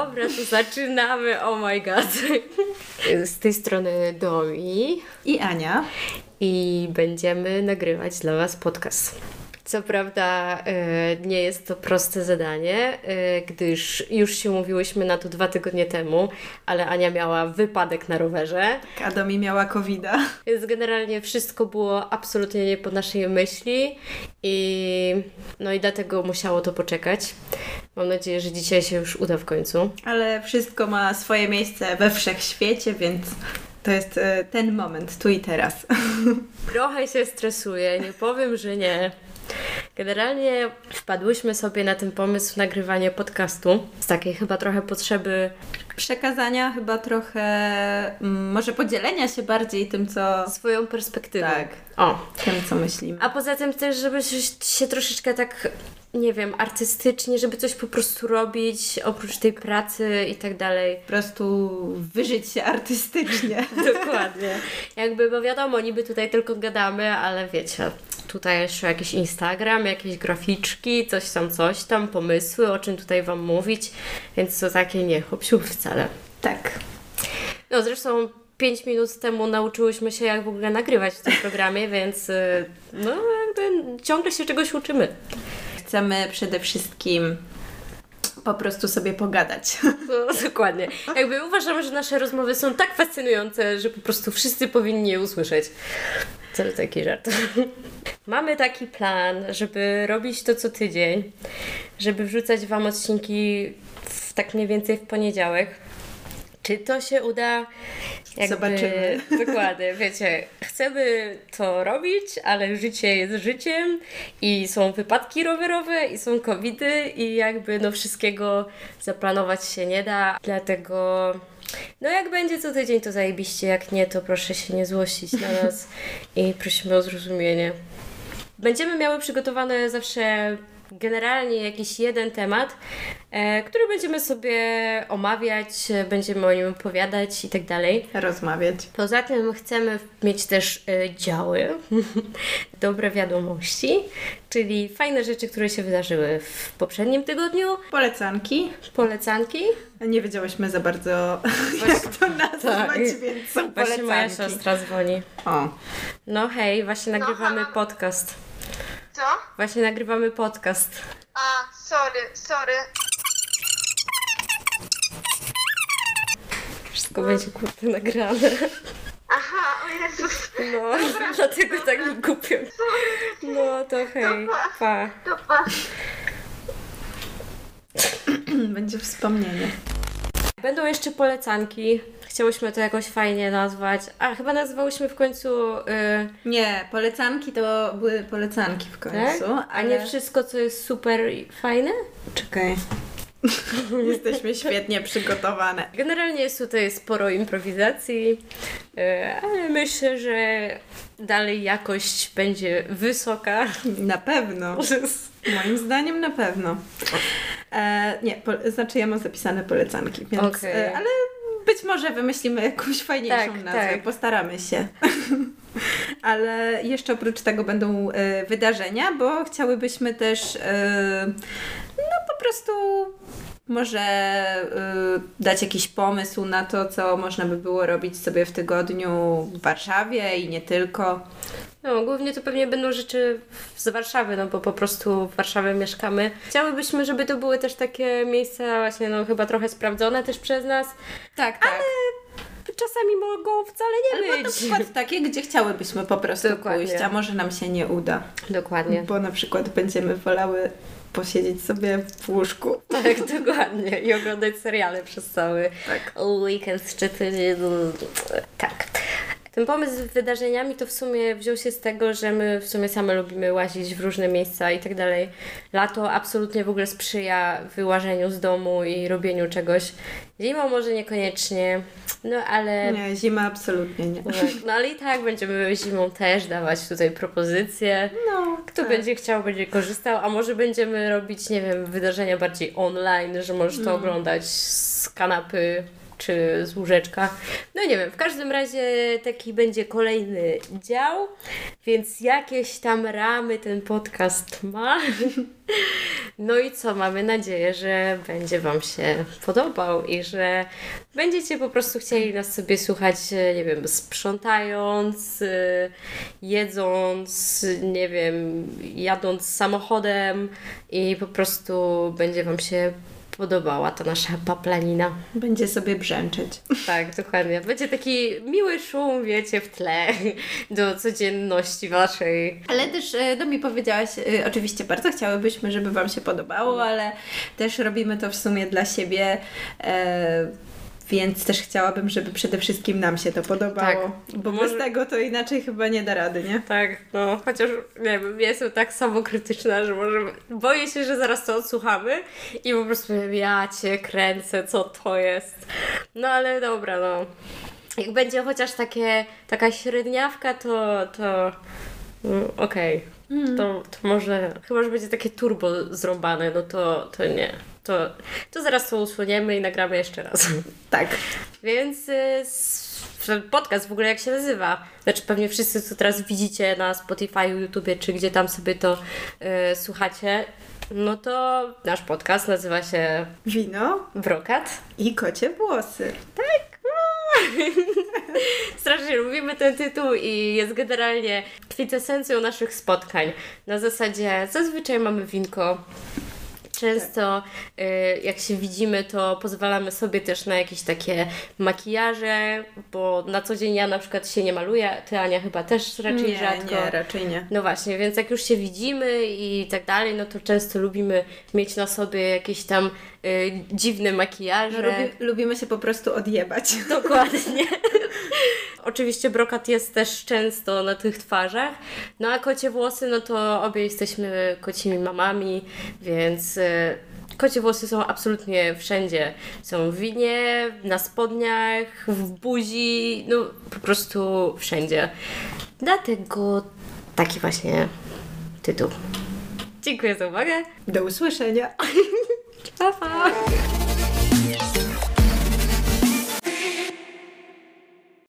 Dobra, to zaczynamy. Oh my god. Z tej strony Domi i Ania. I będziemy nagrywać dla Was podcast. Co prawda nie jest to proste zadanie, gdyż już się umówiłyśmy na to 2 tygodnie temu, ale Ania miała wypadek na rowerze. A Domi miała COVID-a. Więc generalnie wszystko było absolutnie nie po naszej myśli i dlatego musiało to poczekać. Mam nadzieję, że dzisiaj się już uda w końcu. Ale wszystko ma swoje miejsce we wszechświecie, więc to jest ten moment, tu i teraz. Trochę się stresuję, nie powiem, że nie. Generalnie wpadłyśmy sobie na ten pomysł nagrywania podcastu z takiej chyba trochę potrzeby przekazania, chyba trochę może podzielenia się bardziej tym, co... swoją perspektywą. Tak. Tym, co myślimy. A poza tym też, żeby się troszeczkę tak, nie wiem, artystycznie, żeby coś po prostu robić oprócz tej pracy i tak dalej. Po prostu wyżyć się artystycznie. Dokładnie. Bo wiadomo, niby tutaj tylko gadamy, ale wiecie, tutaj jeszcze jakiś Instagram, jakieś graficzki, coś tam, pomysły, o czym tutaj Wam mówić, więc to takie nie hop-siup wcale. Tak. No zresztą 5 minut temu nauczyłyśmy się, jak w ogóle nagrywać w tym programie, więc ciągle się czegoś uczymy. Chcemy przede wszystkim po prostu sobie pogadać. No, dokładnie. Uważamy, że nasze rozmowy są tak fascynujące, że po prostu wszyscy powinni je usłyszeć. To taki żart. Mamy taki plan, żeby robić to co tydzień, żeby wrzucać Wam odcinki tak mniej więcej w poniedziałek. Czy to się uda? Zobaczymy. Dokładnie, wiecie, chcemy to robić, ale życie jest życiem i są wypadki rowerowe i są covidy i wszystkiego zaplanować się nie da, dlatego jak będzie co tydzień to zajebiście, jak nie to proszę się nie złościć na nas i prosimy o zrozumienie. Będziemy miały przygotowane zawsze generalnie jakiś jeden temat, który będziemy sobie omawiać, będziemy o nim opowiadać i tak dalej. Rozmawiać. Poza tym chcemy mieć też działy, dobre wiadomości, czyli fajne rzeczy, które się wydarzyły w poprzednim tygodniu. Polecanki. Nie wiedziałyśmy za bardzo, jak to nazwać, tak. Więc są polecanki. Właśnie moja siostra dzwoni. O. No hej, właśnie nagrywamy podcast. Co? Właśnie nagrywamy podcast. Sorry. Wszystko będzie nagrane. Aha, o Jezus. No, dlatego tak mi głupio. No to hej, pa. To pa. Będzie wspomnienie. Będą jeszcze polecanki. Chciałyśmy to jakoś fajnie nazwać. A chyba nazwałyśmy w końcu... Nie, polecanki to były polecanki w końcu. Tak? A nie wszystko, co jest super fajne? Czekaj. Jesteśmy świetnie przygotowane. Generalnie jest tutaj sporo improwizacji, ale myślę, że dalej jakość będzie wysoka. Na pewno. Moim zdaniem na pewno. Ja mam zapisane polecanki, więc, okay. Ale być może wymyślimy jakąś fajniejszą nazwę. Tak. Postaramy się. Ale jeszcze oprócz tego będą wydarzenia, bo chciałybyśmy też po prostu może dać jakiś pomysł na to, co można by było robić sobie w tygodniu w Warszawie i nie tylko. No, głównie to pewnie będą rzeczy z Warszawy, bo po prostu w Warszawie mieszkamy. Chciałybyśmy, żeby to były też takie miejsca właśnie, chyba trochę sprawdzone też przez nas. Tak. Ale czasami mogą wcale nie być. Na przykład takie, gdzie chciałybyśmy po prostu pójść, a może nam się nie uda. Dokładnie. Bo na przykład będziemy wolały posiedzieć sobie w łóżku. Tak, dokładnie. I oglądać seriale przez cały weekend czy tydzień. Tak. Ten pomysł z wydarzeniami to w sumie wziął się z tego, że my w sumie same lubimy łazić w różne miejsca i tak dalej. Lato absolutnie w ogóle sprzyja wyłażeniu z domu i robieniu czegoś. Zimą może niekoniecznie, ale... Nie, zima absolutnie nie. Ale i tak będziemy zimą też dawać tutaj propozycje. Kto będzie chciał, będzie korzystał, a może będziemy robić, nie wiem, wydarzenia bardziej online, że możesz to oglądać z kanapy czy z łóżeczka. No nie wiem, w każdym razie taki będzie kolejny dział, więc jakieś tam ramy ten podcast ma. No i co, mamy nadzieję, że będzie Wam się podobał i że będziecie po prostu chcieli nas sobie słuchać, nie wiem, sprzątając, jedząc, nie wiem, jadąc samochodem i po prostu będzie Wam się podobała ta nasza paplanina. Będzie sobie brzęczeć. Tak, dokładnie. Będzie taki miły szum, wiecie, w tle do codzienności Waszej. Ale też mi powiedziałaś, oczywiście bardzo chciałybyśmy, żeby Wam się podobało, ale też robimy to w sumie dla siebie, więc też chciałabym, żeby przede wszystkim nam się to podobało, tak, bo bez tego to inaczej chyba nie da rady, nie? Tak, no, chociaż nie wiem, jestem tak samokrytyczna, że może boję się, że zaraz to odsłuchamy i po prostu powiem, ja Cię kręcę, co to jest. No ale dobra, no. Jak będzie chociaż taka średniawka, to okej. To może, chyba że będzie takie turbo zrąbane, no to nie. To zaraz to usuniemy i nagramy jeszcze raz. Tak. Więc podcast w ogóle jak się nazywa? Znaczy pewnie wszyscy, co teraz widzicie na Spotify, YouTubie, czy gdzie tam sobie to słuchacie, no to nasz podcast nazywa się Wino, Brokat i kocie włosy. Tak. Strasznie lubimy ten tytuł i jest generalnie kwintesencją naszych spotkań. Na zasadzie zazwyczaj mamy winko. Często jak się widzimy, to pozwalamy sobie też na jakieś takie makijaże, bo na co dzień ja na przykład się nie maluję, Ty Ania chyba też raczej rzadko. Nie, raczej nie. No właśnie, więc jak już się widzimy i tak dalej, no to często lubimy mieć na sobie jakieś tam dziwne makijaże. No, lubimy się po prostu odjebać. Dokładnie. Oczywiście brokat jest też często na tych twarzach, no a kocie włosy, no to obie jesteśmy kocimi mamami, więc kocie włosy są absolutnie wszędzie. Są w winie, na spodniach, w buzi, no po prostu wszędzie. Dlatego taki właśnie tytuł. Dziękuję za uwagę. Do usłyszenia. Pa, pa.